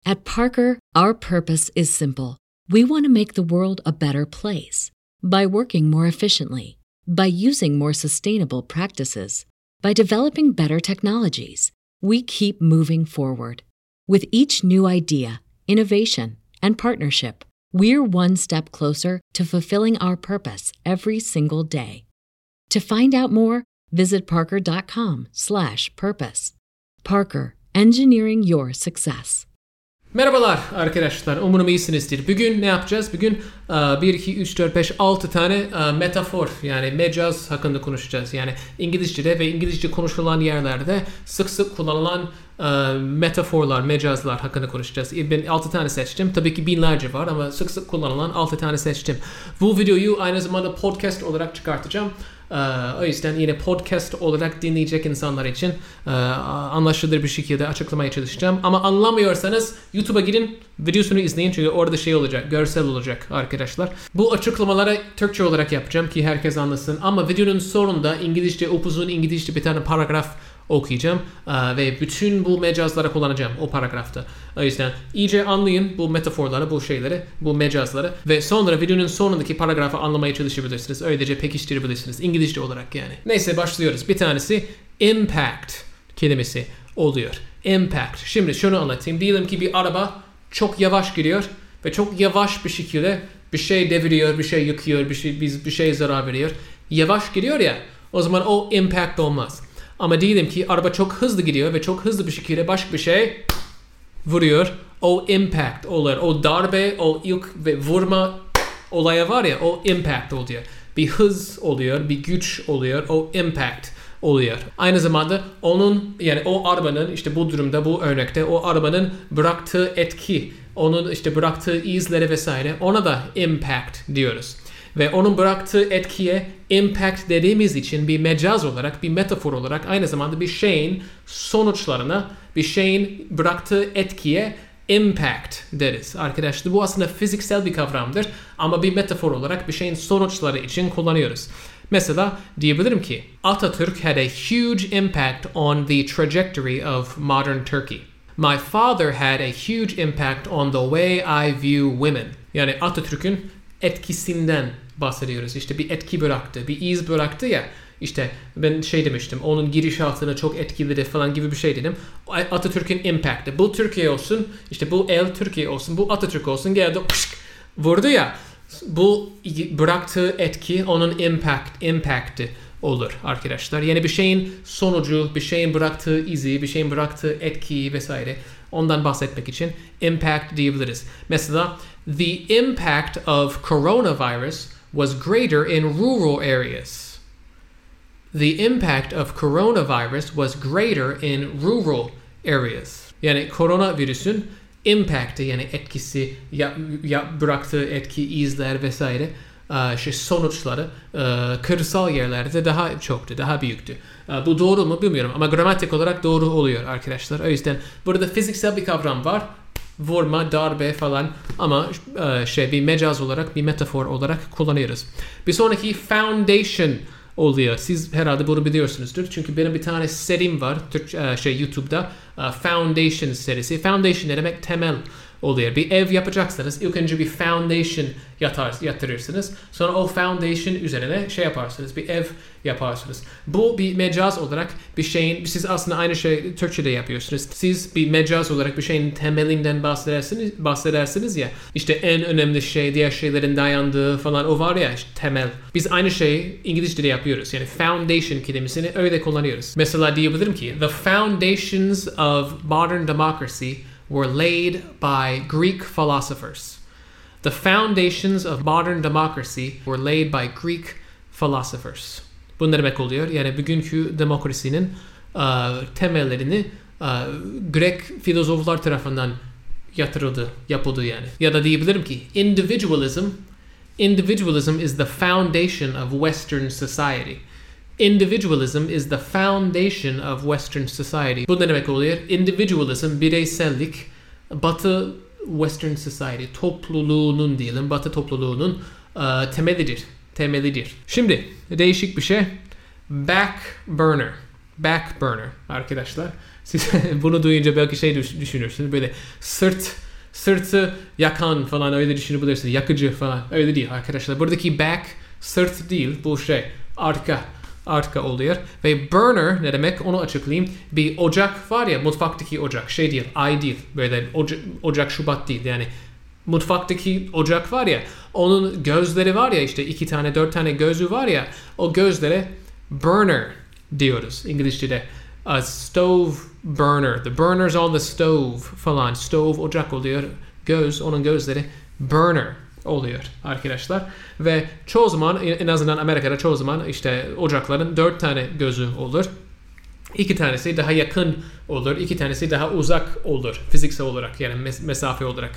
At Parker, our purpose is simple. We want to make the world a better place by working more efficiently, by using more sustainable practices, by developing better technologies. We keep moving forward. With each new idea, innovation, and partnership, we're one step closer to fulfilling our purpose every single day. To find out more, visit parker.com/purpose. Parker, engineering your success. Merhabalar arkadaşlar, umarım iyisinizdir. Bugün ne yapacağız? Bugün 1, 2, 3, 4, 5, 6 tane metafor yani mecaz hakkında konuşacağız. Yani İngilizce'de ve İngilizce konuşulan yerlerde sık sık kullanılan metaforlar, mecazlar hakkında konuşacağız. Ben 6 tane seçtim. Tabii ki binlerce var ama sık sık kullanılan 6 tane seçtim. Bu videoyu aynı zamanda podcast olarak çıkartacağım. O yüzden yine podcast olarak dinleyecek insanlar için anlaşılır bir şekilde açıklamaya çalışacağım. Ama anlamıyorsanız YouTube'a gidin, videosunu izleyin çünkü orada şey olacak, görsel olacak arkadaşlar. Bu açıklamaları Türkçe olarak yapacağım ki herkes anlasın. Ama videonun sonunda İngilizce, upuzun İngilizce bir tane paragraf okuyacağım ve bütün bu mecazları kullanacağım o paragrafta. O yüzden iyice anlayın bu metaforları, bu şeyleri, bu mecazları ve sonra videonun sonundaki paragrafı anlamaya çalışabilirsiniz. Öylece pekiştirebilirsiniz İngilizce olarak yani. Neyse başlıyoruz. Bir tanesi impact kelimesi oluyor. Impact. Şimdi şunu anlatayım. Diyelim ki bir araba çok yavaş gidiyor ve çok yavaş bir şekilde bir şey deviriyor, bir şey yıkıyor, bir şey zarar veriyor. Yavaş gidiyor ya, o zaman o impact olmaz. Ama diyelim ki araba çok hızlı gidiyor ve çok hızlı bir şekilde başka bir şey vuruyor. O impact olur. O darbe, o ilk ve vurma olayı var ya, o impact oluyor. Bir hız oluyor, bir güç oluyor, o impact oluyor. Aynı zamanda onun yani o arabanın işte bu durumda, bu örnekte o arabanın bıraktığı etki, onun işte bıraktığı izleri vesaire ona da impact diyoruz. Ve onun bıraktığı etkiye impact dediğimiz için bir mecaz olarak, bir metafor olarak aynı zamanda bir şeyin sonuçlarına, bir şeyin bıraktığı etkiye impact deriz. Arkadaşlar bu aslında fiziksel bir kavramdır ama bir metafor olarak bir şeyin sonuçları için kullanıyoruz. Mesela diyebilirim ki Atatürk had a huge impact on the trajectory of modern Turkey. My father had a huge impact on the way I view women. Yani Atatürk'ün etkisinden bahsediyoruz. İşte bir etki bıraktı, bir iz bıraktı ya. İşte ben şey demiştim, onun girişatını çok etkiledi falan gibi bir şey dedim. Atatürk'ün impact'ı. Bu Türkiye olsun, işte bu el Türkiye olsun, bu Atatürk olsun geldi vurdu ya. Bu bıraktığı etki onun impact'ı olur arkadaşlar. Yani bir şeyin sonucu, bir şeyin bıraktığı izi, bir şeyin bıraktığı etki vesaire ondan bahsetmek için impact diyebiliriz. Mesela the impact of coronavirus was greater in rural areas. The impact of coronavirus was greater in rural areas. Yani koronavirüsün impact'ı yani etkisi, bıraktığı etki, izler vesaire sonuçları kırsal yerlerde daha çoktu, daha büyüktü. Bu doğru mu bilmiyorum ama gramatik olarak doğru oluyor arkadaşlar. O yüzden burada fiziksel bir kavram var. Vurma, darbe falan ama bir mecaz olarak, bir metafor olarak kullanıyoruz. Bir sonraki foundation oluyor. Siz herhalde bunu biliyorsunuzdur. Çünkü benim bir tane serim var YouTube'da. Foundation serisi. Foundation ne demek? Temel oluyor. Bir ev yapacaksanız ilk önce bir foundation yatırırsınız. Sonra o foundation üzerine yaparsınız. Bir ev yaparsınız. Bu bir mecaz olarak bir şeyin, siz aslında aynı şey Türkçe'de yapıyorsunuz. Siz bir mecaz olarak bir şeyin temelinden bahsedersiniz ya. İşte en önemli şey, diğer şeylerin dayandığı falan o var ya işte temel. Biz aynı şeyi İngilizce'de yapıyoruz. Yani foundation kelimesini öyle kullanıyoruz. Mesela diyebilirim ki the foundations of modern democracy were laid by Greek philosophers. The foundations of modern democracy were laid by Greek philosophers. Bu ne demek oluyor? Yani bugünkü demokrasinin temellerini Grek filozoflar tarafından yapıldı yani. Ya da diyebilirim ki individualism is the foundation of Western society. Individualism is the foundation of Western society. Bu ne demek oluyor? Individualism, bireysellik, Batı Western society, topluluğunun diyelim, Batı topluluğunun temelidir. Şimdi değişik bir şey. Back burner arkadaşlar. Siz bunu duyunca belki şey düşünürsünüz. Böyle sırtı yakan falan öyle düşünebilirsiniz. Yakıcı falan. Öyle değil arkadaşlar. Buradaki back sırt değil. Bu şey arka oluyor. Ve burner ne demek onu açıklayayım. Bir ocak var ya, mutfaktaki ocak. Şey değil, ay değil. Böyle ocak Şubat değil. Yani mutfaktaki ocak var ya, onun gözleri var ya, işte 2 tane 4 tane gözü var ya, o gözlere burner diyoruz İngilizce'de. A stove burner. The burner's on the stove falan. Stove ocak oluyor. Onun gözleri burner oluyor arkadaşlar. Ve çoğu zaman, en azından Amerika'da çoğu zaman işte ocakların 4 tane gözü olur. 2 tanesi daha yakın olur. 2 tanesi daha uzak olur. Fiziksel olarak, yani mesafe olarak.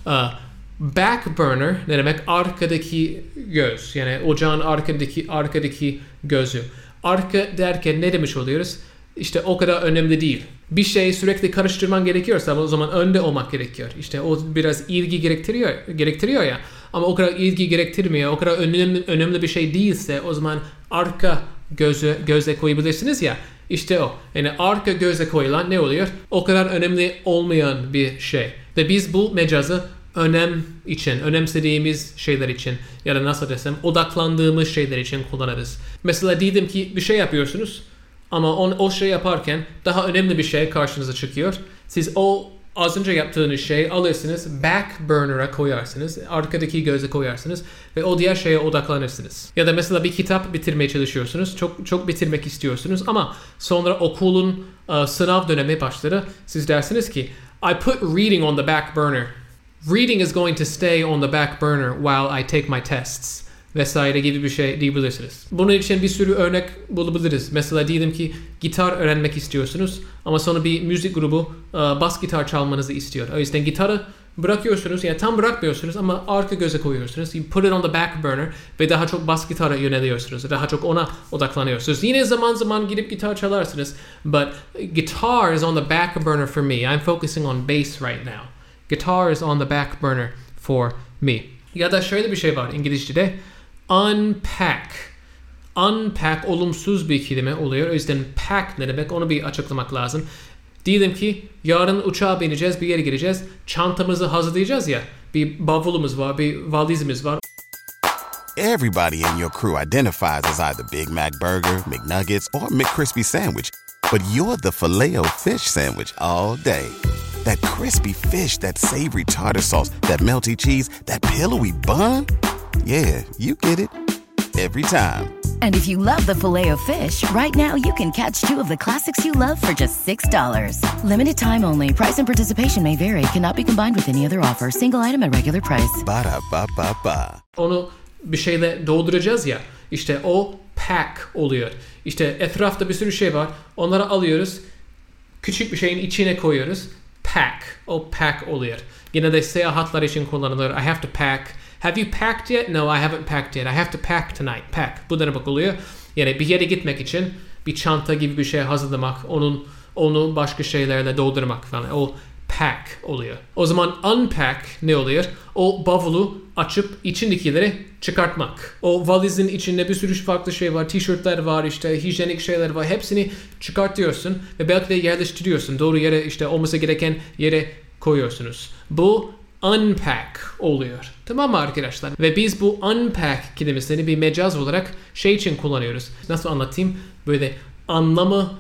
Back burner ne demek? Arkadaki göz. Yani ocağın arkadaki gözü. Arka derken ne demiş oluyoruz? İşte o kadar önemli değil. Bir şeyi sürekli karıştırman gerekiyorsa o zaman önde olmak gerekiyor. İşte o biraz ilgi gerektiriyor ya. Ama o kadar ilgi gerektirmiyor. O kadar önemli bir şey değilse o zaman arka göze koyabilirsiniz ya. İşte o. Yani arka göze koyulan ne oluyor? O kadar önemli olmayan bir şey. Ve biz bu mecazı önem için, önemsediğimiz şeyler için ya da nasıl desem odaklandığımız şeyler için kullanırız. Mesela diyelim ki bir şey yapıyorsunuz ama o şey yaparken daha önemli bir şey karşınıza çıkıyor. Siz o az önce yaptığınız şeyi alırsınız, back burner'a koyarsınız, arkadaki göze koyarsınız ve o diğer şeye odaklanırsınız. Ya da mesela bir kitap bitirmeye çalışıyorsunuz, çok bitirmek istiyorsunuz ama sonra okulun sınav dönemi başladı. Siz dersiniz ki, I put reading on the back burner. Reading is going to stay on the back burner while I take my tests. Vesaire gibi bir şey diyebilirsiniz. Bunun için bir sürü örnek bulabiliriz. Mesela diyelim ki gitar öğrenmek istiyorsunuz ama sonra bir müzik grubu bas gitar çalmanızı istiyor. O yüzden gitarı bırakıyorsunuz, yani tam bırakmıyorsunuz ama arka göze koyuyorsunuz. You put it on the back burner ve daha çok bas gitara yöneliyorsunuz. Daha çok ona odaklanıyorsunuz. Yine zaman zaman gidip gitar çalarsınız. But guitar is on the back burner for me. I'm focusing on bass right now. Guitar is on the back burner for me. Ya da şöyle bir şey var İngilizce'de. Unpack. Unpack olumsuz bir kelime oluyor. O yüzden pack ne demek onu bir açıklamak lazım. Diyelim ki yarın uçağa bineceğiz, bir yere gireceğiz. Çantamızı hazırlayacağız ya. Bir bavulumuz var, bir valizimiz var. Everybody in your crew identifies as either Big Mac Burger, McNuggets, or McCrispy Sandwich. But you're the Filet-O-Fish Sandwich all day. That crispy fish, that savory tartar sauce, that melty cheese, that pillowy bun. Yeah, you get it. Every time. And if you love the Filet-O-Fish, right now you can catch 2 of the classics you love for just $6. Limited time only. Price and participation may vary. Cannot be combined with any other offer. Single item at regular price. Ba-da-ba-ba-ba. Onu bir şeyle dolduracağız ya. İşte o pack oluyor. İşte etrafta bir sürü şey var. Onları alıyoruz. Küçük bir şeyin içine koyuyoruz. Pack. O pack oluyor. Yine de seyahatler için kullanılır. I have to pack. Have you packed yet? No, I haven't packed yet. I have to pack tonight. Pack. Bu demek oluyor. Yani bir yere gitmek için bir çanta gibi bir şey hazırlamak, onu başka şeylerle doldurmak falan. O pack oluyor. O zaman unpack ne oluyor? O bavulu açıp içindekileri çıkartmak. O valizin içinde bir sürü farklı şey var. Tişörtler var, işte hijyenik şeyler var. Hepsini çıkartıyorsun ve belki de yerleştiriyorsun. Doğru yere, işte olması gereken yere koyuyorsunuz. Bu unpack oluyor. Tamam mı arkadaşlar? Ve biz bu unpack kelimesini bir mecaz olarak şey için kullanıyoruz. Nasıl anlatayım? Böyle anlamı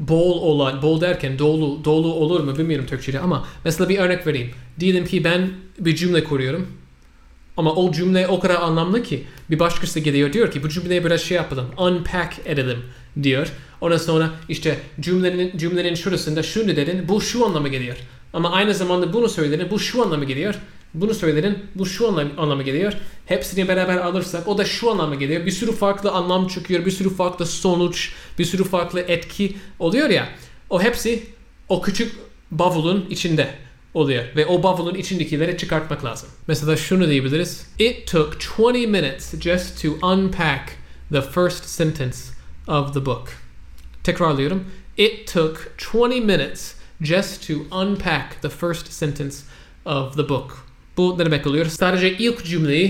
bol derken dolu olur mu bilmiyorum Türkçe'de ama mesela bir örnek vereyim. Diyelim ki ben bir cümle kuruyorum. Ama o cümle o kadar anlamlı ki bir başkası geliyor diyor ki bu cümleyi biraz şey yapalım, unpack edelim diyor. Ondan sonra işte cümlenin şurasında şunu dedin, bu şu anlama geliyor. Ama aynı zamanda bunu söyledin, bu şu anlama geliyor. Bunu söyledin, bu şu anlama geliyor. Hepsini beraber alırsak o da şu anlama geliyor. Bir sürü farklı anlam çıkıyor, bir sürü farklı sonuç, bir sürü farklı etki oluyor ya. O hepsi o küçük bavulun içinde oluyor ve o bavulun içindekileri çıkartmak lazım. Mesela şunu diyebiliriz. It took 20 minutes just to unpack the first sentence of the book. Tekrarlıyorum. It took 20 minutes just to unpack the first sentence of the book. Bu ne demek oluyor? Sadece ilk cümleyi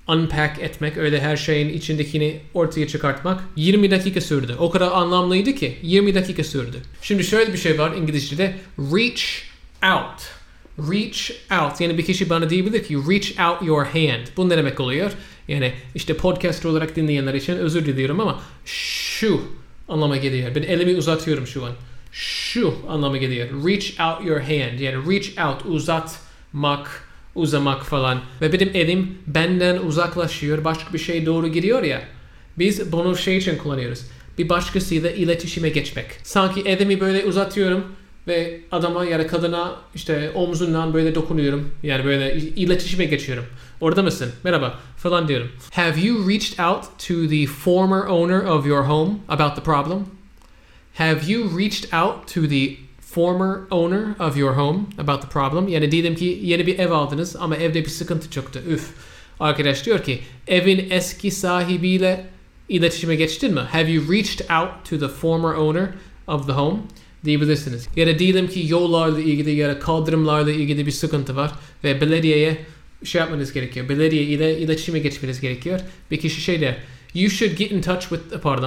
unpack etmek, öyle her şeyin içindekini ortaya çıkartmak 20 dakika sürdü. O kadar anlamlıydı ki 20 dakika sürdü. Şimdi şöyle bir şey var İngilizce'de, reach out. Reach out. Yani bir kişi bana diyebilir ki reach out your hand. Bu ne demek oluyor? Yani işte podcast olarak dinleyenler için özür diliyorum ama şu anlama geliyor. Ben elimi uzatıyorum şu an. Şu anlama geliyor. Reach out your hand. Yani reach out, uzatmak, uzamak falan. Ve benim elim benden uzaklaşıyor. Başka bir şey doğru gidiyor ya. Biz bunu şey için kullanıyoruz. Bir başkasıyla iletişime geçmek. Sanki elimi böyle uzatıyorum ve adama ya da kadına işte omzundan böyle dokunuyorum. Yani böyle iletişime geçiyorum. Orada mısın? Merhaba falan diyorum. Have you reached out to the former owner of your home about the problem? Have you reached out to the former owner of your home about the problem? Yani diyelim ki yeni bir ev aldınız ama evde bir sıkıntı çıktı. Üf. Arkadaş diyor ki evin eski sahibiyle iletişime geçtin mi? Have you reached out to the former owner of the home? Diyebilirsiniz. Ya da diyelim ki yollarla ilgili ya da kaldırımlarla ilgili bir sıkıntı var ve belediyeye şey yapmanız gerekiyor. Belediye ile iletişime geçmeniz gerekiyor. Bir kişi şey der. You should get in touch with, pardon.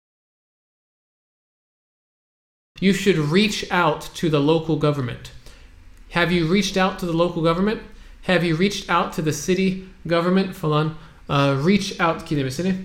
You should reach out to the local government. Have you reached out to the local government? Have you reached out to the city government falan? Reach out kelimesini,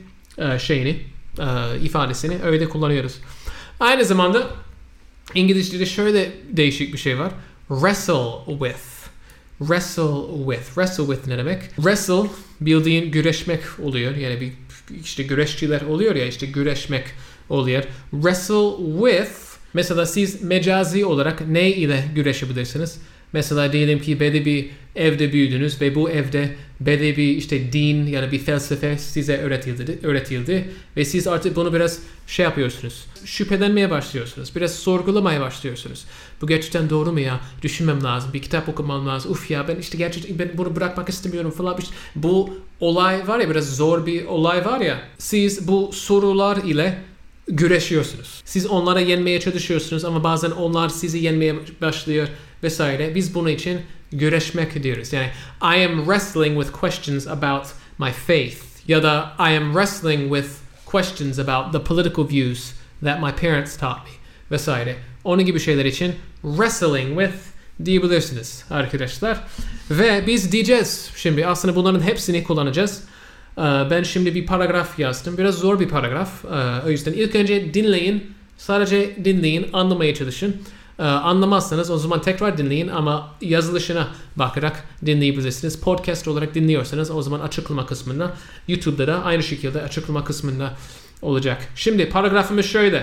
ifadesini öyle kullanıyoruz. Aynı zamanda İngilizce'de şöyle değişik bir şey var. Wrestle with. Wrestle with. Wrestle with ne demek? Wrestle bildiğin güreşmek oluyor. Yani bir işte güreşçiler oluyor ya, işte güreşmek oluyor. Wrestle with. Mesela siz mecazi olarak ne ile güreşebilirsiniz? Mesela diyelim ki belli bir evde büyüdünüz ve bu evde belli bir işte din ya da bir felsefe size öğretildi ve siz artık bunu biraz şey yapıyorsunuz. Şüphelenmeye başlıyorsunuz. Biraz sorgulamaya başlıyorsunuz. Bu gerçekten doğru mu ya? Düşünmem lazım. Bir kitap okumam lazım. Uf ya ben işte gerçekten ben bunu bırakmak istemiyorum falan. İşte bu olay var ya, biraz zor bir olay var ya. Siz bu sorular ile güreşiyorsunuz. Siz onlara yenmeye çalışıyorsunuz ama bazen onlar sizi yenmeye başlıyor vesaire. Biz bunun için güreşmek diyoruz. Yani I am wrestling with questions about my faith ya da I am wrestling with questions about the political views that my parents taught me vesaire. Onun gibi şeyler için wrestling with diyebilirsiniz arkadaşlar. Ve biz diyeceğiz şimdi, aslında bunların hepsini kullanacağız. Ben şimdi bir paragraf yazdım. Biraz zor bir paragraf. O yüzden ilk önce dinleyin. Sadece dinleyin. Anlamaya çalışın. Anlamazsanız o zaman tekrar dinleyin ama yazılışına bakarak dinleyebilirsiniz. Podcast olarak dinliyorsanız o zaman açıklama kısmında, YouTube'da da aynı şekilde açıklama kısmında olacak. Şimdi paragrafımız şöyle.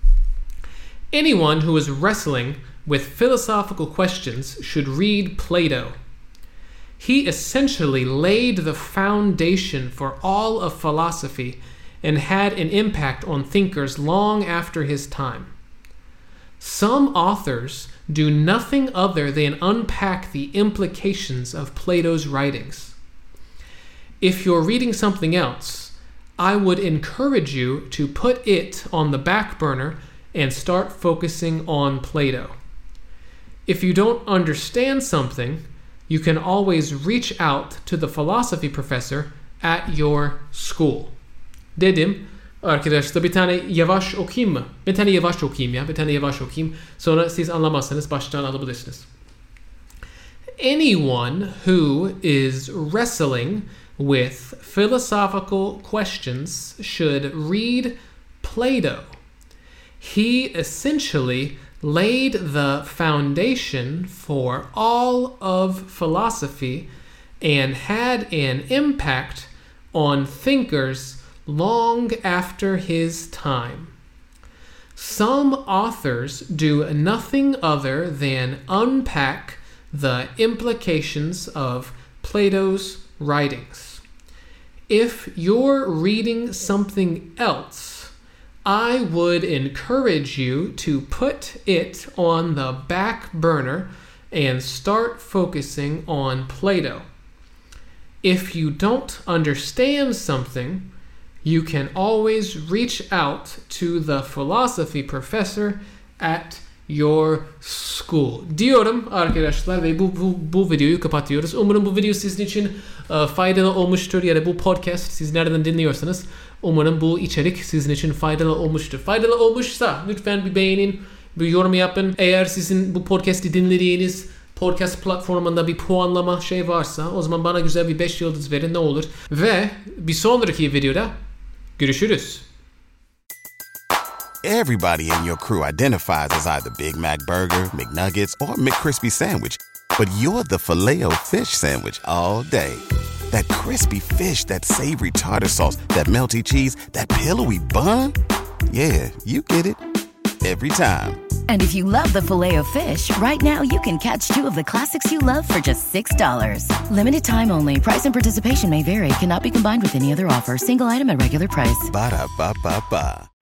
Anyone who is wrestling with philosophical questions should read Plato. He essentially laid the foundation for all of philosophy and had an impact on thinkers long after his time. Some authors do nothing other than unpack the implications of Plato's writings. If you're reading something else, I would encourage you to put it on the back burner and start focusing on Plato. If you don't understand something, you can always reach out to the philosophy professor at your school. Dedim. Arkadaşlar bir tane yavaş okuyayım mı? Bir tane yavaş okuyayım. Sonra siz anlamazsanız baştan alabilirsiniz. Anyone who is wrestling with philosophical questions should read Plato. He essentially laid the foundation for all of philosophy and had an impact on thinkers long after his time. Some authors do nothing other than unpack the implications of Plato's writings. If you're reading something else, I would encourage you to put it on the back burner and start focusing on Plato. If you don't understand something, you can always reach out to the philosophy professor at your school diyorum arkadaşlar ve bu videoyu kapatıyoruz. Umarım bu video sizin için faydalı olmuştur ya da bu podcast siz nereden dinliyorsanız umarım bu içerik sizin için faydalı olmuştur. Faydalı olmuşsa lütfen bir beğenin, bir yorum yapın. Eğer sizin bu podcast'i dinlediğiniz podcast platformunda bir puanlama varsa o zaman bana güzel bir 5 yıldız verin ne olur. Ve bir sonraki videoda görüşürüz. Everybody in your crew identifies as either Big Mac Burger, McNuggets, or McCrispy Sandwich. But you're the Filet-O-Fish Sandwich all day. That crispy fish, that savory tartar sauce, that melty cheese, that pillowy bun. Yeah, you get it. Every time. And if you love the Filet-O-Fish, right now you can catch two of the classics you love for just $6. Limited time only. Price and participation may vary. Cannot be combined with any other offer. Single item at regular price. Ba-da-ba-ba-ba.